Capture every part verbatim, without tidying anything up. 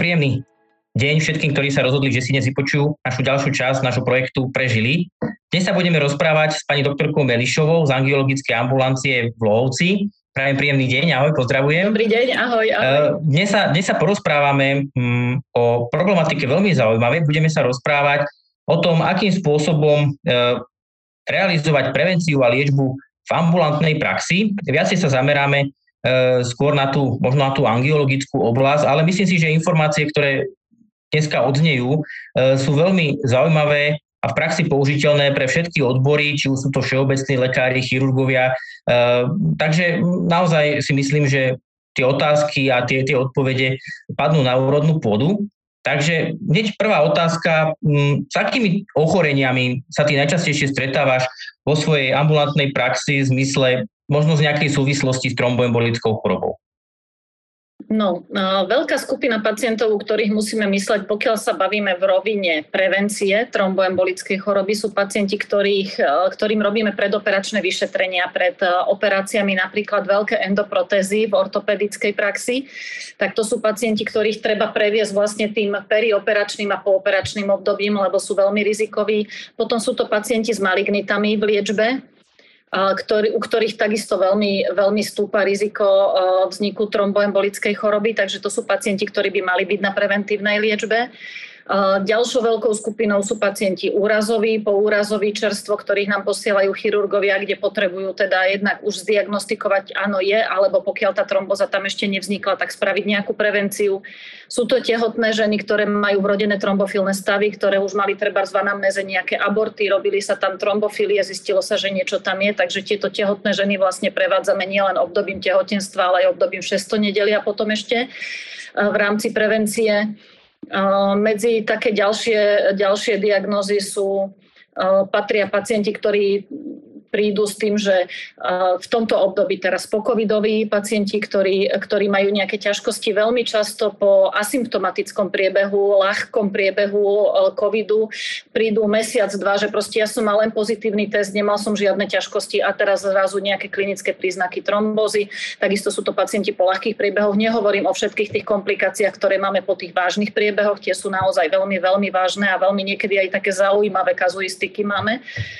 príjemný deň všetkým, ktorí sa rozhodli, že si dnes vypočujú našu ďalšiu časť nášho projektu Prežili. Dnes sa budeme rozprávať s pani doktorkou Melišovou z angiologickej ambulancie v Lohovci. Prajem príjemný deň, ahoj, pozdravujem. Dobrý deň, ahoj, ahoj. Dnes sa, dnes sa porozprávame um, o problematike veľmi zaujímavej. Budeme sa rozprávať o tom, akým spôsobom uh, realizovať prevenciu a liečbu v ambulantnej praxi. Viacej sa zameráme uh, skôr na tú, možno na tú angiologickú oblasť, ale myslím si, že informácie, ktoré dneska odznejú, sú veľmi zaujímavé a v praxi použiteľné pre všetky odbory, či už sú to všeobecní lekári, chirurgovia. Takže naozaj si myslím, že tie otázky a tie, tie odpovede padnú na úrodnú pôdu. Takže hneď prvá otázka, s akými ochoreniami sa ty najčastejšie stretávaš vo svojej ambulantnej praxi v zmysle možno z nejakej súvislosti s tromboembolickou chorobou? No, veľká skupina pacientov, u ktorých musíme mysleť, pokiaľ sa bavíme v rovine prevencie tromboembolickej choroby, sú pacienti, ktorých, ktorým robíme predoperačné vyšetrenia pred operáciami, napríklad veľké endoprotézy v ortopedickej praxi. Tak to sú pacienti, ktorých treba previesť vlastne tým perioperačným a pooperačným obdobím, lebo sú veľmi rizikoví. Potom sú to pacienti s malignitami v liečbe, Ktorý, u ktorých takisto veľmi, veľmi stúpa riziko vzniku tromboembolickej choroby, takže to sú pacienti, ktorí by mali byť na preventívnej liečbe. Ďalšou veľkou skupinou sú pacienti úrazoví, poúrazoví čerstvo, ktorých nám posielajú chirurgovia, kde potrebujú teda jednak už zdiagnostikovať, áno je, alebo pokiaľ tá tromboza tam ešte nevznikla, tak spraviť nejakú prevenciu. Sú to tehotné ženy, ktoré majú vrodené trombofilné stavy, ktoré už mali trebárs v anamnéze nejaké aborty, robili sa tam trombofilie, zistilo sa, že niečo tam je, takže tieto tehotné ženy vlastne prevádzame nielen obdobím tehotenstva, ale aj obdobím šesťstonedelia a potom ešte v rámci prevencie. Medzi také ďalšie, ďalšie diagnózy sú, patria pacienti, ktorí prídu s tým, že v tomto období teraz po covidoví pacienti, ktorí, ktorí majú nejaké ťažkosti, veľmi často po asymptomatickom priebehu, ľahkom priebehu covidu prídu mesiac, dva, že proste ja som mal len pozitívny test, nemal som žiadne ťažkosti a teraz zrazu nejaké klinické príznaky trombózy. Takisto sú to pacienti po ľahkých priebehoch. Nehovorím o všetkých tých komplikáciách, ktoré máme po tých vážnych priebehoch. Tie sú naozaj veľmi, veľmi vážne a veľmi niekedy aj také zaujímavé kazuistiky máme.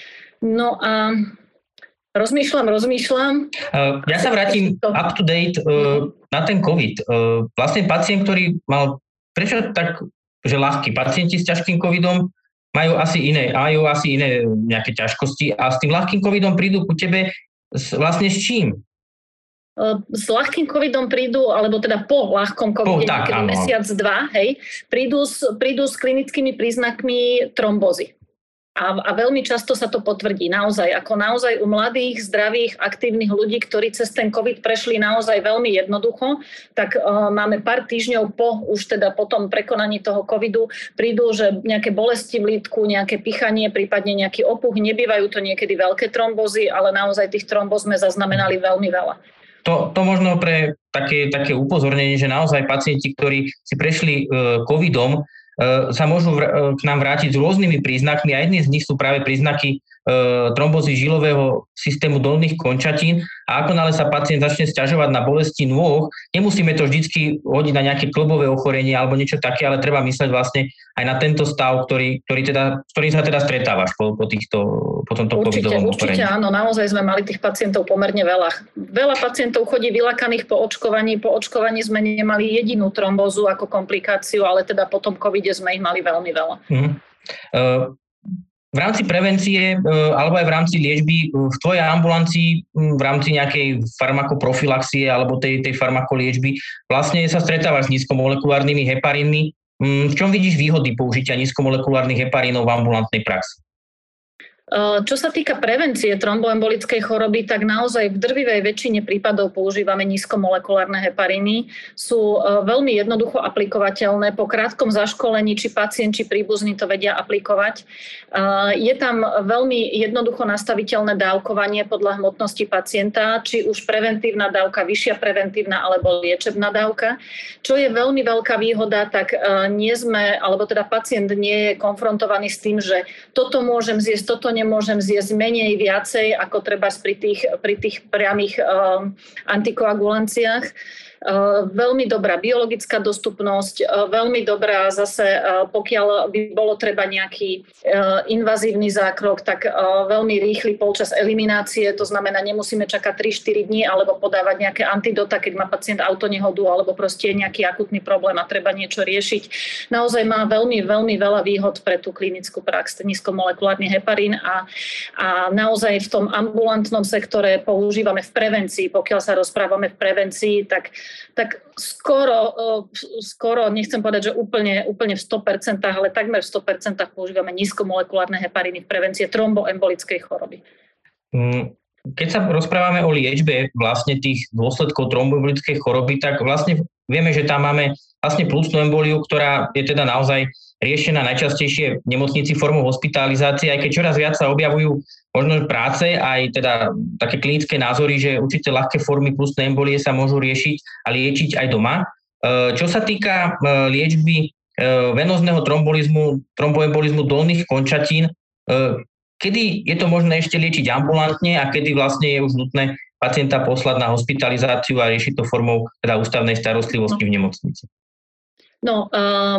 No a rozmýšľam, rozmýšľam. Uh, ja sa vrátim up to date uh, na ten COVID. Uh, vlastne pacient, ktorý mal, prečo tak, že ľahký pacienti s ťažkým covidom majú asi iné, majú asi iné nejaké ťažkosti a s tým ľahkým covidom prídu ku tebe s, vlastne s čím? Uh, s ľahkým covidom prídu, alebo teda po ľahkom covide, po, niekedy mesiac, dva, hej, prídu s, prídu s klinickými príznakmi trombózy. A, a veľmi často sa to potvrdí naozaj, ako naozaj u mladých, zdravých, aktívnych ľudí, ktorí cez ten COVID prešli naozaj veľmi jednoducho, tak uh, máme pár týždňov po, už teda po tom prekonaní toho covidu, prídu, že nejaké bolesti v lítku, nejaké pichanie, prípadne nejaký opuch, nebývajú to niekedy veľké trombozy, ale naozaj tých tromboz sme zaznamenali veľmi veľa. To, to možno pre také, také upozornenie, že naozaj pacienti, ktorí si prešli uh, covidom, sa môžu k nám vrátiť s rôznymi príznakmi a jedni z nich sú práve príznaky trombozy žilového systému dolných končatín a ako náhle sa pacient začne sťažovať na bolesti nôh, nemusíme to vždycky hodiť na nejaké klbové ochorenie alebo niečo také, ale treba mysleť vlastne aj na tento stav, ktorý, ktorý teda, s ktorým sa teda stretávaš po, po, týchto, po tomto určite, covidovom ochorení. Určite áno, naozaj sme mali tých pacientov pomerne veľa. Veľa pacientov chodí vylakaných po očkovaní, po očkovaní sme nemali jedinú trombózu ako komplikáciu, ale teda po tom covide sme ich mali veľmi veľa. Mm. Uh, V rámci prevencie alebo aj v rámci liečby v tvojej ambulancii v rámci nejakej farmakoprofilaxie alebo tej, tej farmakoliečby vlastne sa stretávaš s nízkomolekulárnymi heparínmi. V čom vidíš výhody použitia nízkomolekulárnych heparínov v ambulantnej praxi? Čo sa týka prevencie tromboembolickej choroby, tak naozaj v drvivej väčšine prípadov používame nízkomolekulárne hepariny. Sú veľmi jednoducho aplikovateľné. Po krátkom zaškolení, či pacient, či príbuzní to vedia aplikovať. Je tam veľmi jednoducho nastaviteľné dávkovanie podľa hmotnosti pacienta, či už preventívna dávka, vyššia preventívna alebo liečebná dávka. Čo je veľmi veľká výhoda, tak nie sme, alebo teda pacient nie je konfrontovaný s tým, že toto môžem zjesť, toto nemôžem zjesť, menej, viacej, ako treba pri tých, pri tých priamých uh, antikoagulanciách. Veľmi dobrá biologická dostupnosť, veľmi dobrá zase, pokiaľ by bolo treba nejaký invazívny zákrok, tak veľmi rýchly polčas eliminácie, to znamená, nemusíme čakať tri štyri dní alebo podávať nejaké antidota, keď má pacient autonehodu alebo proste nejaký akutný problém a treba niečo riešiť. Naozaj má veľmi, veľmi veľa výhod pre tú klinickú prax, nízkomolekulárny heparín a, a naozaj v tom ambulantnom sektore používame v prevencii. Pokiaľ sa rozprávame v prevencii, tak, tak skoro, skoro, nechcem povedať, že úplne, úplne v sto percent, ale takmer v sto percent používame nízkomolekulárne heparíny v prevencii tromboembolickej choroby. Keď sa rozprávame o liečbe vlastne tých dôsledkov tromboembolickej choroby, tak vlastne vieme, že tam máme vlastne pľúcnu emboliu, ktorá je teda naozaj riešená najčastejšie v nemocnici formou hospitalizácie, aj keď čoraz viac sa objavujú možno práce, aj teda také klinické názory, že určite ľahké formy pľúcnej embolie sa môžu riešiť a liečiť aj doma. Čo sa týka liečby venózneho trombolizmu, tromboembolizmu dolných končatín, kedy je to možné ešte liečiť ambulantne a kedy vlastne je už nutné pacienta poslať na hospitalizáciu a riešiť to formou teda ústavnej starostlivosti v nemocnici? No, uh,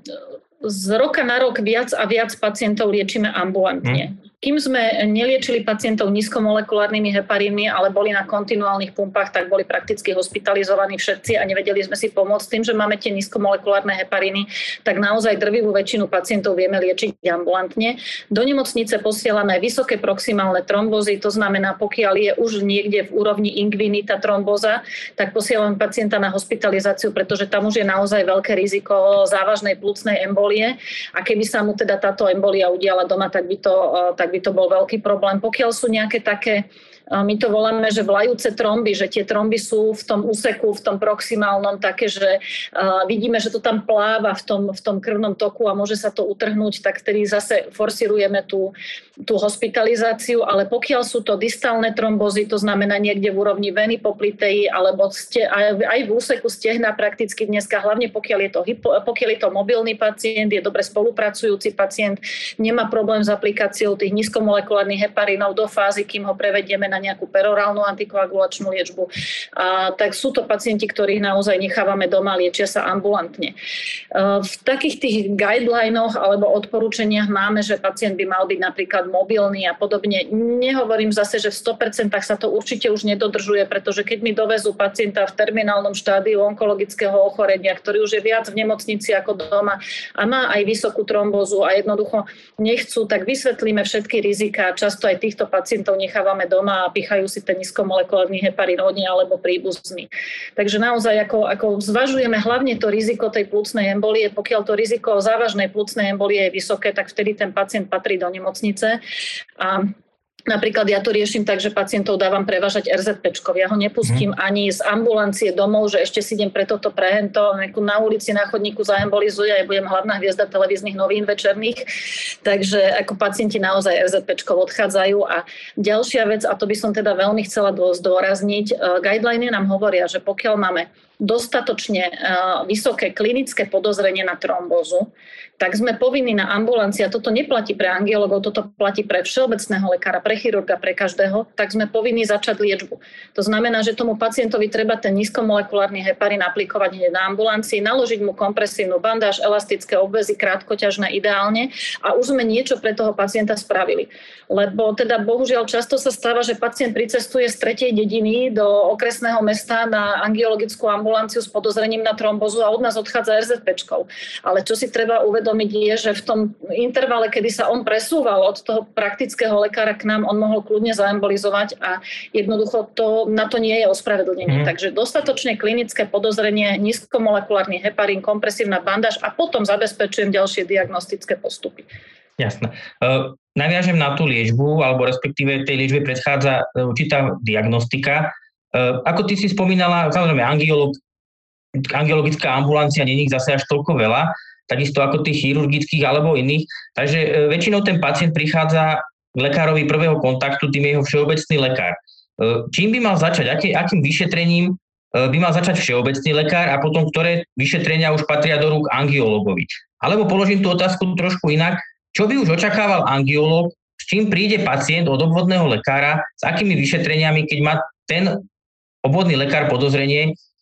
z roka na rok viac a viac pacientov liečíme ambulantne. Hmm. Kým sme neliečili pacientov nízkomolekulárnymi heparínmi, ale boli na kontinuálnych pumpách, tak boli prakticky hospitalizovaní všetci a nevedeli sme si pomôcť tým, že máme tie nízkomolekulárne heparíny, tak naozaj drvivú väčšinu pacientov vieme liečiť ambulantne. Do nemocnice posielame vysoké proximálne trombozy, to znamená, pokiaľ je už niekde v úrovni ingviny tá tromboza, tak posielame pacienta na hospitalizáciu, pretože tam už je naozaj veľké riziko závažnej pľúcnej embolie a keby sa mu teda táto embolia udiala doma, tak by to tak by to bol veľký problém. Pokiaľ sú nejaké také, my to voláme, že vlajúce tromby, že tie tromby sú v tom úseku, v tom proximálnom také, že uh, vidíme, že to tam pláva v tom, v tom krvnom toku a môže sa to utrhnúť, tak vtedy zase forsirujeme tú, tú hospitalizáciu, ale pokiaľ sú to distálne trombozy, to znamená niekde v úrovni veny poplitej alebo ste, aj, aj v úseku stehna prakticky dneska, hlavne pokiaľ je to, hypo, pokiaľ je to mobilný pacient, je dobre spolupracujúci pacient, nemá problém s aplikáciou tých nízkomolekulárnych heparínov do fázy, kým ho prevedieme na nejakú perorálnu antikoagulačnú liečbu. A, tak sú to pacienti, ktorých naozaj nechávame doma, liečia sa ambulantne. A, v takých tých guidelinoch alebo odporúčaniach máme, že pacient by mal byť napríklad mobilný a podobne. Nehovorím zase, že v sto percent sa to určite už nedodržuje, pretože keď mi dovezú pacienta v terminálnom štádiu onkologického ochorenia, ktorý už je viac v nemocnici ako doma a má aj vysokú trombózu a jednoducho nechcú, tak vysvetlíme všetky rizika. Často aj týchto pacientov nechávame doma a pichajú si ten nízkomolekulárny heparín od nej alebo príbuzný. Takže naozaj ako, ako zvažujeme hlavne to riziko tej pľúcnej embolie. Pokiaľ to riziko závažnej pľúcnej embolie je vysoké, tak vtedy ten pacient patrí do nemocnice. A napríklad ja to riešim tak, že pacientov dávam prevážať er zet péčkov. Ja ho nepustím mm. ani z ambulancie domov, že ešte si idem pre toto, pre hento, na ulici, na chodníku zaembolizuje a ja budem hlavná hviezda televíznych novín večerných. Takže ako pacienti naozaj er zet péčkov odchádzajú. A ďalšia vec, a to by som teda veľmi chcela zdôrazniť, guideliny nám hovoria, že pokiaľ máme dostatočne uh, vysoké klinické podozrenie na trombózu, tak sme povinní na ambulancii, a toto neplatí pre angiologov, toto platí pre všeobecného lekára, pre chirurga, pre každého, tak sme povinní začať liečbu. To znamená, že tomu pacientovi treba ten nízkomolekulárny heparín aplikovať hneď na ambulancii, naložiť mu kompresívnu bandáž, elastické obväzy, krátkoťažné ideálne a už sme niečo pre toho pacienta spravili. Lebo teda bohužiaľ často sa stáva, že pacient pricestuje z tretej dediny do okresného mesta na angiologickú ambulanciu s podozrením na trombozu a od nás odchádza er zet péčkou. Ale čo si treba uvedomiť je, že v tom intervale, kedy sa on presúval od toho praktického lekára k nám, on mohol kľudne zaembolizovať a jednoducho to, na to nie je ospravedlnenie. Mm. Takže dostatočne klinické podozrenie, nízkomolekulárny heparín, kompresívna bandáž a potom zabezpečujem ďalšie diagnostické postupy. Jasné. Uh, naviažem na tú liečbu, alebo respektíve tej liečbe predchádza určitá diagnostika. Uh, ako ty si spomínala, samozrejme angiolog, angiologická ambulancia nie je zase až toľko veľa, takisto ako tých chirurgických alebo iných. Takže uh, väčšinou ten pacient prichádza k lekárovi prvého kontaktu, tým je jeho všeobecný lekár. Uh, čím by mal začať? Aký, akým vyšetrením uh, by mal začať všeobecný lekár a potom ktoré vyšetrenia už patria do rúk angiologovi? Alebo položím tú otázku trošku inak. Čo by už očakával angiológ, s čím príde pacient od obvodného lekára, s akými vyšetreniami, keď má ten obvodný lekár podozrenie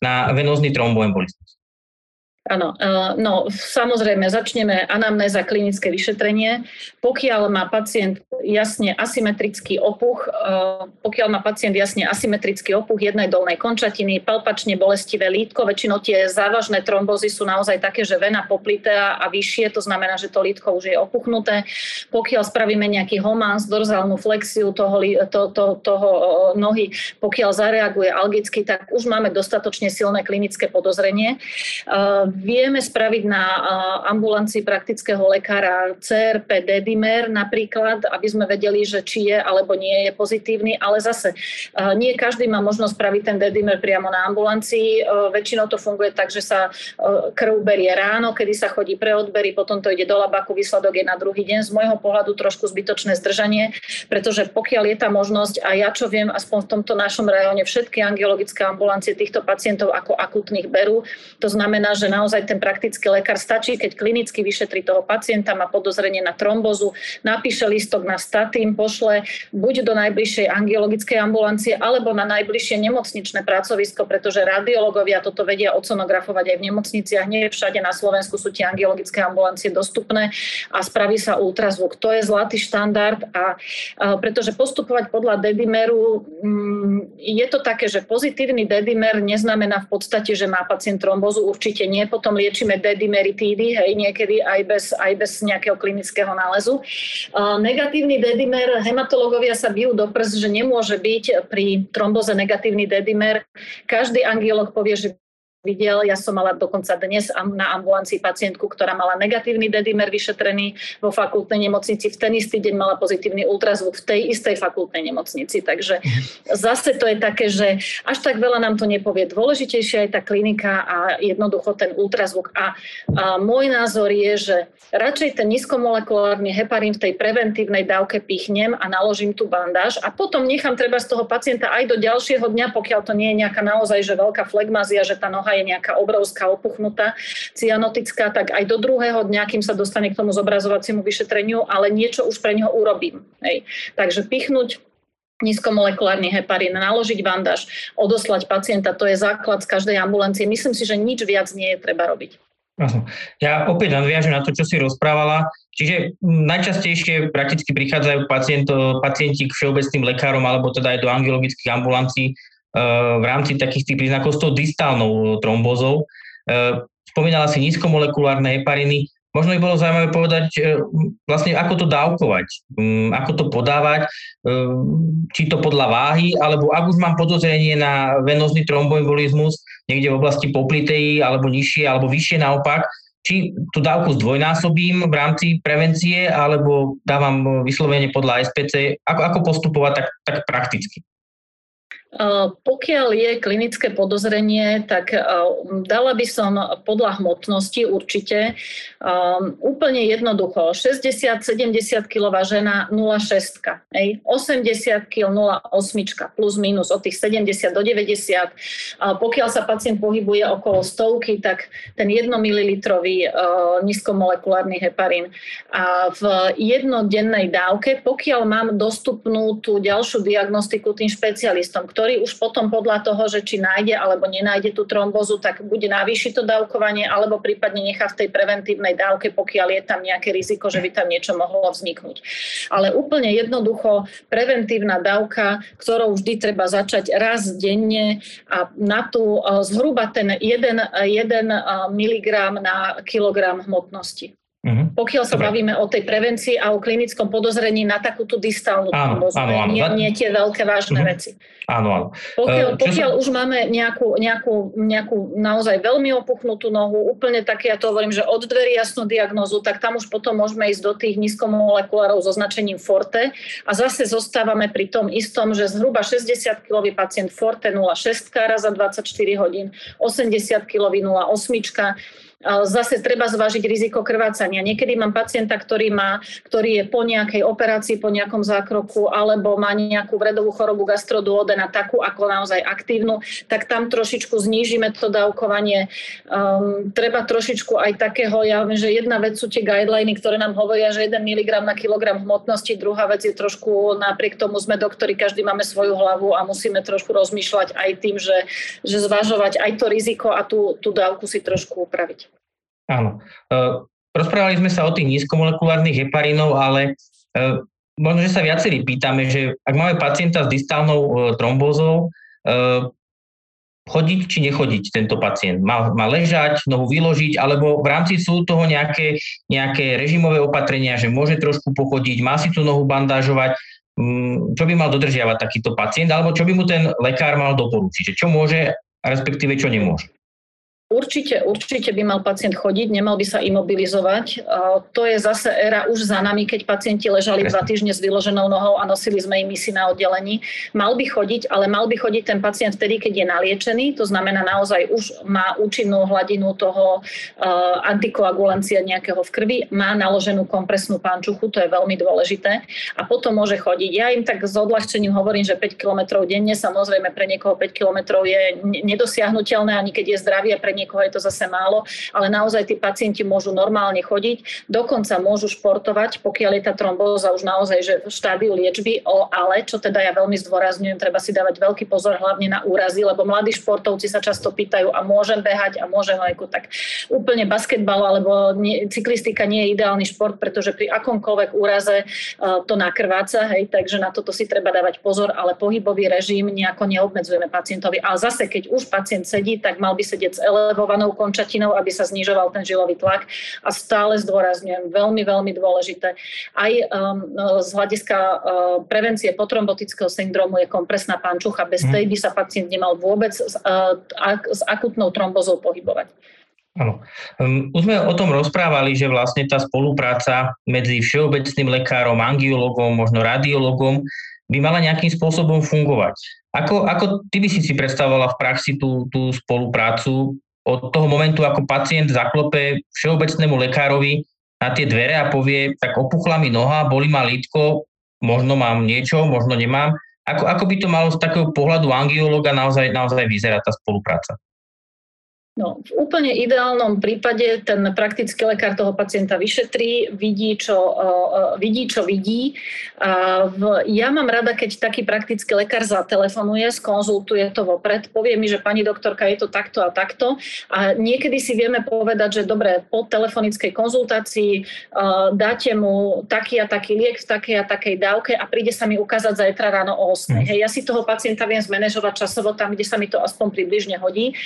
na venózny tromboembolizmus? Áno, no samozrejme začneme anamnéza, klinické vyšetrenie. Pokiaľ má pacient jasne asymetrický opuch, pokiaľ má pacient jasne asymetrický opuch jednej dolnej končatiny, palpačne bolestivé lítko, väčšinou tie závažné trombózy sú naozaj také, že vena poplitea a vyššie, to znamená, že to lítko už je opuchnuté. Pokiaľ spravíme nejaký homans, dorzálnu flexiu toho, to, to, toho nohy, pokiaľ zareaguje algicky, tak už máme dostatočne silné klinické podozrenie. Vieme spraviť na ambulancii praktického lekára cé er pé dedimer napríklad, aby sme vedeli, že či je alebo nie je pozitívny, ale zase nie každý má možnosť spraviť ten dedimer priamo na ambulancii. Väčšinou to funguje tak, že sa krv berie ráno, kedy sa chodí pre odbery, potom to ide do labaku, výsledok je na druhý deň. Z môjho pohľadu trošku zbytočné zdržanie, pretože pokiaľ je tá možnosť, a ja čo viem, aspoň v tomto našom rajóne všetky angiologické ambulancie týchto pacientov ako akutných berú, to znamená, že naozaj ten praktický lekár stačí, keď klinicky vyšetrí toho pacienta, má podozrenie na trombózu, napíše listok na statín, pošle buď do najbližšej angiologickej ambulancie alebo na najbližšie nemocničné pracovisko, pretože radiológovia toto vedia odsonografovať aj v nemocniciach. Nie všade na Slovensku sú tie angiologické ambulancie dostupné a spraví sa ultrazvuk. To je zlatý štandard a, a pretože postupovať podľa dedimeru mm, je to také, že pozitívny dedimer neznamená v podstate, že má pacient trombózu, určite nie. Potom liečíme dedimeritídy, hej, niekedy aj bez, aj bez nejakého klinického nálezu. Uh, negatívny dedimer, hematológovia sa bijú do prs, že nemôže byť pri tromboze negatívny dedimer. Každý angiológ povie, že videl. Ja som mala dokonca dnes na ambulancii pacientku, ktorá mala negatívny dedimer vyšetrený vo fakultnej nemocnici. V ten istý deň mala pozitívny ultrazvuk v tej istej fakultnej nemocnici. Takže zase to je také, že až tak veľa nám to nepovie. Dôležitejšia je tá klinika a jednoducho ten ultrazvuk. A, a môj názor je, že radšej ten nízkomolekulárny heparín v tej preventívnej dávke pichnem a naložím tú bandáž a potom nechám treba z toho pacienta aj do ďalšieho dňa, pokiaľ to nie je nejaká naozaj že veľká flegmázia, že tá noha je nejaká obrovská opuchnutá cyanotická, tak aj do druhého dňa, kým sa dostane k tomu zobrazovaciemu vyšetreniu, ale niečo už pre neho urobím. Hej. Takže pichnúť nízkomolekulárny heparín, naložiť bandáž, odoslať pacienta, to je základ z každej ambulancie. Myslím si, že nič viac nie je treba robiť. Aha. Ja opäť nadviažem na to, čo si rozprávala. Čiže najčastejšie prakticky prichádzajú pacient, pacienti k všeobecným lekárom alebo teda aj do angiologických ambulancií v rámci takých tých príznakov s tou distálnou trombózou. Spomínala si nízkomolekulárne hepariny. Možno by bolo zaujímavé povedať, vlastne ako to dávkovať, ako to podávať, či to podľa váhy, alebo ak už mám podozrenie na venózny tromboembolizmus niekde v oblasti poplitei, alebo nižšie, alebo vyššie naopak, či tú dávku zdvojnásobím v rámci prevencie, alebo dávam vyslovene podľa es pé cé, ako, ako postupovať tak, tak prakticky. Pokiaľ je klinické podozrenie, tak dala by som podľa hmotnosti určite um, úplne jednoducho. šesťdesiat sedemdesiat kilogramov žena nula šesť, hej. osemdesiat kilogramov nula osem plus minus od tých sedemdesiat do deväťdesiat. A pokiaľ sa pacient pohybuje okolo stovky, tak ten jedno mililitrový uh, nízkomolekulárny heparín. A v jednodennej dávke, pokiaľ mám dostupnú tú ďalšiu diagnostiku tým špecialistom, ktorý ktorý už potom podľa toho, že či nájde alebo nenájde tú trombózu, tak bude navýšiť to dávkovanie alebo prípadne nechá v tej preventívnej dávke, pokiaľ je tam nejaké riziko, že by tam niečo mohlo vzniknúť. Ale úplne jednoducho preventívna dávka, ktorou vždy treba začať raz denne a na tú zhruba ten jeden miligram na kilogram hmotnosti. Uh-huh. Pokiaľ sa Dobre. bavíme o tej prevencii a o klinickom podozrení na takúto distálnu trombózu, nie, nie tie veľké vážne uh-huh. veci. Áno, áno. Pokiaľ, uh, pokiaľ sa... už máme nejakú, nejakú, nejakú naozaj veľmi opuchnutú nohu, úplne také, ja to hovorím, že od dverí jasnú diagnózu, tak tam už potom môžeme ísť do tých nízkomolekulárov so značením Forte a zase zostávame pri tom istom, že zhruba šesťdesiat kilogramov pacient Forte nula šesť raz za dvadsaťštyri hodín, osemdesiat kilogramov nula osem Zase treba zvážiť riziko krvácania. Niekedy mám pacienta, ktorý, má, ktorý je po nejakej operácii, po nejakom zákroku, alebo má nejakú vredovú chorobu gastroduodena, takú ako naozaj aktívnu, tak tam trošičku znížime to dávkovanie. Um, treba trošičku aj takého, ja viem, že jedna vec sú tie guideliny, ktoré nám hovoria, že jeden miligram na kilogram hmotnosti, druhá vec je trošku, napriek tomu sme doktori, každý máme svoju hlavu a musíme trošku rozmýšľať aj tým, že, že zvažovať aj to riziko a tú, tú dávku si trošku upraviť. Áno. Uh, rozprávali sme sa o tých nízkomolekulárnych heparínov, ale uh, možno, že sa viacerí pýtame, že ak máme pacienta s distálnou uh, trombózou, uh, chodiť či nechodiť tento pacient? Má, má ležať, nohu vyložiť, alebo v rámci sú toho nejaké, nejaké režimové opatrenia, že môže trošku pochodiť, má si tú nohu bandážovať, um, čo by mal dodržiavať takýto pacient, alebo čo by mu ten lekár mal doporučiť, že čo môže, respektíve čo nemôže? Určite, určite by mal pacient chodiť, nemal by sa imobilizovať. To je zase éra už za nami, keď pacienti ležali dva týždne s vyloženou nohou a nosili sme im misy na oddelení. Mal by chodiť, ale mal by chodiť ten pacient vtedy, keď je naliečený. To znamená, naozaj už má účinnú hladinu toho antikoagulencia nejakého v krvi, má naloženú kompresnú pančuchu, to je veľmi dôležité. A potom môže chodiť. Ja im tak s odľahčením hovorím, že päť kilometrov denne, samozrejme pre niekoho päť kilometrov je nedosiahnuteľné, ani keď je zdravie, pre niekoho je to zase málo, ale naozaj tí pacienti môžu normálne chodiť, dokonca môžu športovať, pokiaľ je tá trombóza už naozaj že v štádiu liečby, o, ale čo teda ja veľmi zdôrazňujem, treba si dávať veľký pozor hlavne na úrazy, lebo mladí športovci sa často pýtajú, a môžem behať a môžem hojku, tak úplne basketbal alebo nie, cyklistika nie je ideálny šport, pretože pri akomkoľvek úraze uh, to nakrváca, hej, takže na toto si treba dávať pozor, ale pohybový režim nejako neobmedzujeme pacientovi. Ale zase, keď už pacient sedí, tak mal by sedieť s elevovanou končatinou, aby sa znižoval ten žilový tlak. A stále zdôrazňujem, veľmi, veľmi dôležité. Aj um, z hľadiska uh, prevencie potrombotického syndromu je kompresná pančucha. Bez tej by sa pacient nemal vôbec s, uh, s akutnou trombozou pohybovať. Áno. Um, už sme o tom rozprávali, že vlastne tá spolupráca medzi všeobecným lekárom, angiologom, možno radiologom by mala nejakým spôsobom fungovať. Ako, ako ty by si si predstavovala v praxi tú, tú spoluprácu od toho momentu, ako pacient zaklope všeobecnému lekárovi na tie dvere a povie, tak opuchla mi noha, bolí ma lítko, možno mám niečo, možno nemám. Ako, ako by to malo z takého pohľadu angiologa naozaj, naozaj vyzerať tá spolupráca? No, v úplne ideálnom prípade ten praktický lekár toho pacienta vyšetrí, vidí, čo uh, vidí, čo vidí. Uh, v, ja mám rada, keď taký praktický lekár zatelefonuje, skonzultuje to vopred, povie mi, že pani doktorka, je to takto a takto. A niekedy si vieme povedať, že dobre, po telefonickej konzultácii uh, dáte mu taký a taký liek v takej a takej dávke a príde sa mi ukázať zajtra ráno o ôsmej. Hej, ja si toho pacienta viem zmanéžovať časovo tam, kde sa mi to aspoň približne hodí.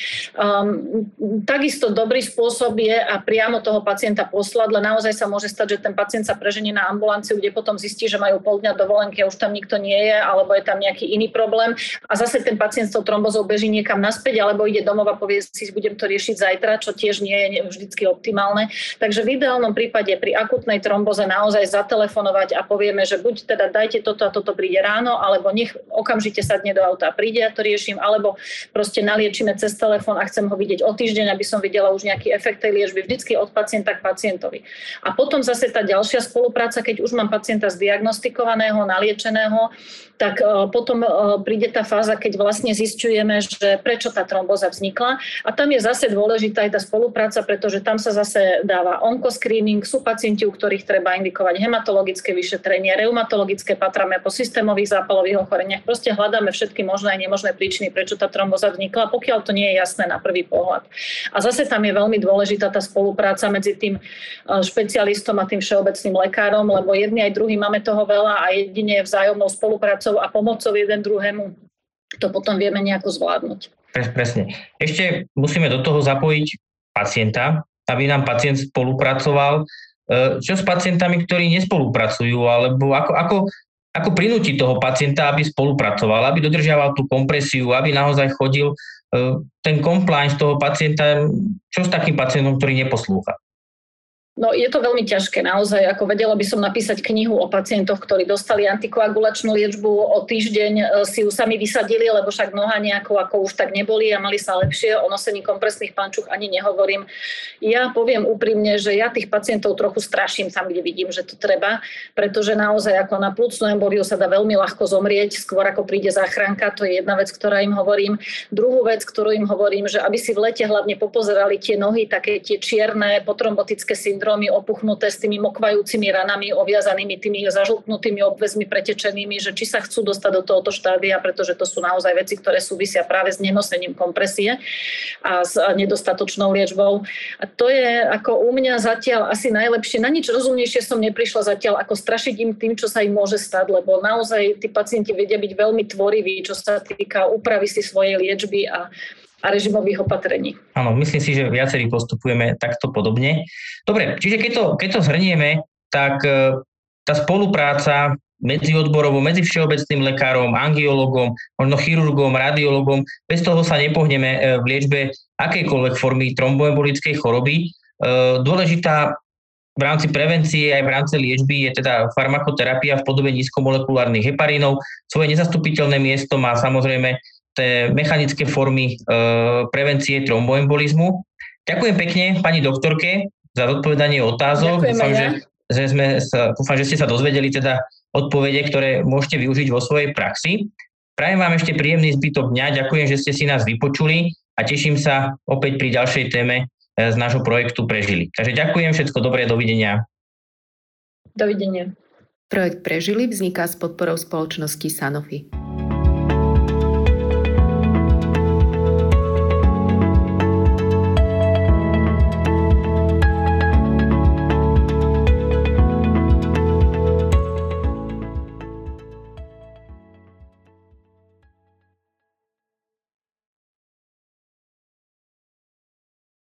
Um, Takisto dobrý spôsob je a priamo toho pacienta poslať, len naozaj sa môže stať, že ten pacient sa preženie na ambulanciu, kde potom zistí, že majú pol dňa dovolenky a už tam nikto nie je, alebo je tam nejaký iný problém a zase ten pacient s tou trombozou beží niekam naspäť, alebo ide domov a povie si, budem to riešiť zajtra, čo tiež nie je vždycky optimálne. Takže v ideálnom prípade pri akutnej tromboze naozaj zatelefonovať a povieme, že buď teda dajte toto a toto príde ráno, alebo nech okamžite sadne do auta a príde, ja to riešim, alebo proste naliečíme cez telefón a chcem ho vidieť o týždeň, aby som videla už nejaký efekt tej liečby, vždycky od pacienta k pacientovi. A potom zase tá ďalšia spolupráca, keď už mám pacienta zdiagnostikovaného, naliečeného, tak uh, potom uh, príde tá fáza, keď vlastne zisťujeme, že prečo tá tromboza vznikla. A tam je zase dôležitá aj tá spolupráca, pretože tam sa zase dáva onkoscreening, sú pacienti, u ktorých treba indikovať hematologické vyšetrenie, reumatologické, patráme po systémových zápalových ochoreniach. Proste hľadáme všetky možné a nemožné príčiny, prečo tá tromboza vznikla, pokiaľ to nie je jasné na prvý pohľad. A zase tam je veľmi dôležitá tá spolupráca medzi tým špecialistom a tým všeobecným lekárom, lebo jedni aj druhí máme toho veľa a jedine vzájomnou spoluprácou a pomocou jeden druhému to potom vieme nejako zvládnuť. Presne. Ešte musíme do toho zapojiť pacienta, aby nám pacient spolupracoval. Čo s pacientami, ktorí nespolupracujú, alebo ako, ako, ako prinútiť toho pacienta, aby spolupracoval, aby dodržiaval tú kompresiu, aby naozaj chodil ten compliance toho pacienta, čo s takým pacientom, ktorý neposlúcha? No je to veľmi ťažké naozaj, ako vedela by som napísať knihu o pacientoch, ktorí dostali antikoagulačnú liečbu, o týždeň si ju sami vysadili, lebo však noha nejako ako už tak neboli a mali sa lepšie, o nosení kompresných pančuch ani nehovorím. Ja poviem úprimne, že ja tých pacientov trochu straším tam, kde vidím, že to treba, pretože naozaj ako na plúcnu emboliu sa dá veľmi ľahko zomrieť, skôr ako príde záchranka, to je jedna vec, ktorá im hovorím. Druhú vec, ktorú im hovorím, že aby si v lete hlavne popozerali tie nohy, také tie čierne potrombotické syndromy, opuchnuté s tými mokvajúcimi ranami, oviazanými tými zažltnutými obväzmi pretečenými, že či sa chcú dostať do tohoto štádia, pretože to sú naozaj veci, ktoré súvisia práve s nenosením kompresie a s nedostatočnou liečbou. A to je ako u mňa zatiaľ asi najlepšie. Na nič rozumnejšie som neprišla zatiaľ, ako strašiť im tým, čo sa im môže stať, lebo naozaj tí pacienti vedia byť veľmi tvoriví, čo sa týka úpravy si svojej liečby a a režimových opatrení. Áno, myslím si, že viacerí postupujeme takto podobne. Dobre, čiže keď to, keď to zhrnieme, tak e, tá spolupráca medzi odborovo, medzi všeobecným lekárom, angiologom, možno chirurgom, radiologom, bez toho sa nepohneme v liečbe akejkoľvek formy tromboembolickej choroby. E, dôležitá v rámci prevencie aj v rámci liečby je teda farmakoterapia v podobe nízkomolekulárnych heparínov. Svoje nezastupiteľné miesto má samozrejme tie mechanické formy e, prevencie tromboembolizmu. Ďakujem pekne pani doktorke za odpovedanie otázok. Dúfam, ja. že, že sme sa, dúfam, že ste sa dozvedeli teda odpovede, ktoré môžete využiť vo svojej praxi. Prajem vám ešte príjemný zbytok dňa. Ďakujem, že ste si nás vypočuli a teším sa opäť pri ďalšej téme z nášho projektu Prežili. Takže ďakujem, všetko dobré, dovidenia. Dovidenia. Projekt Prežili vzniká s podporou spoločnosti Sanofi.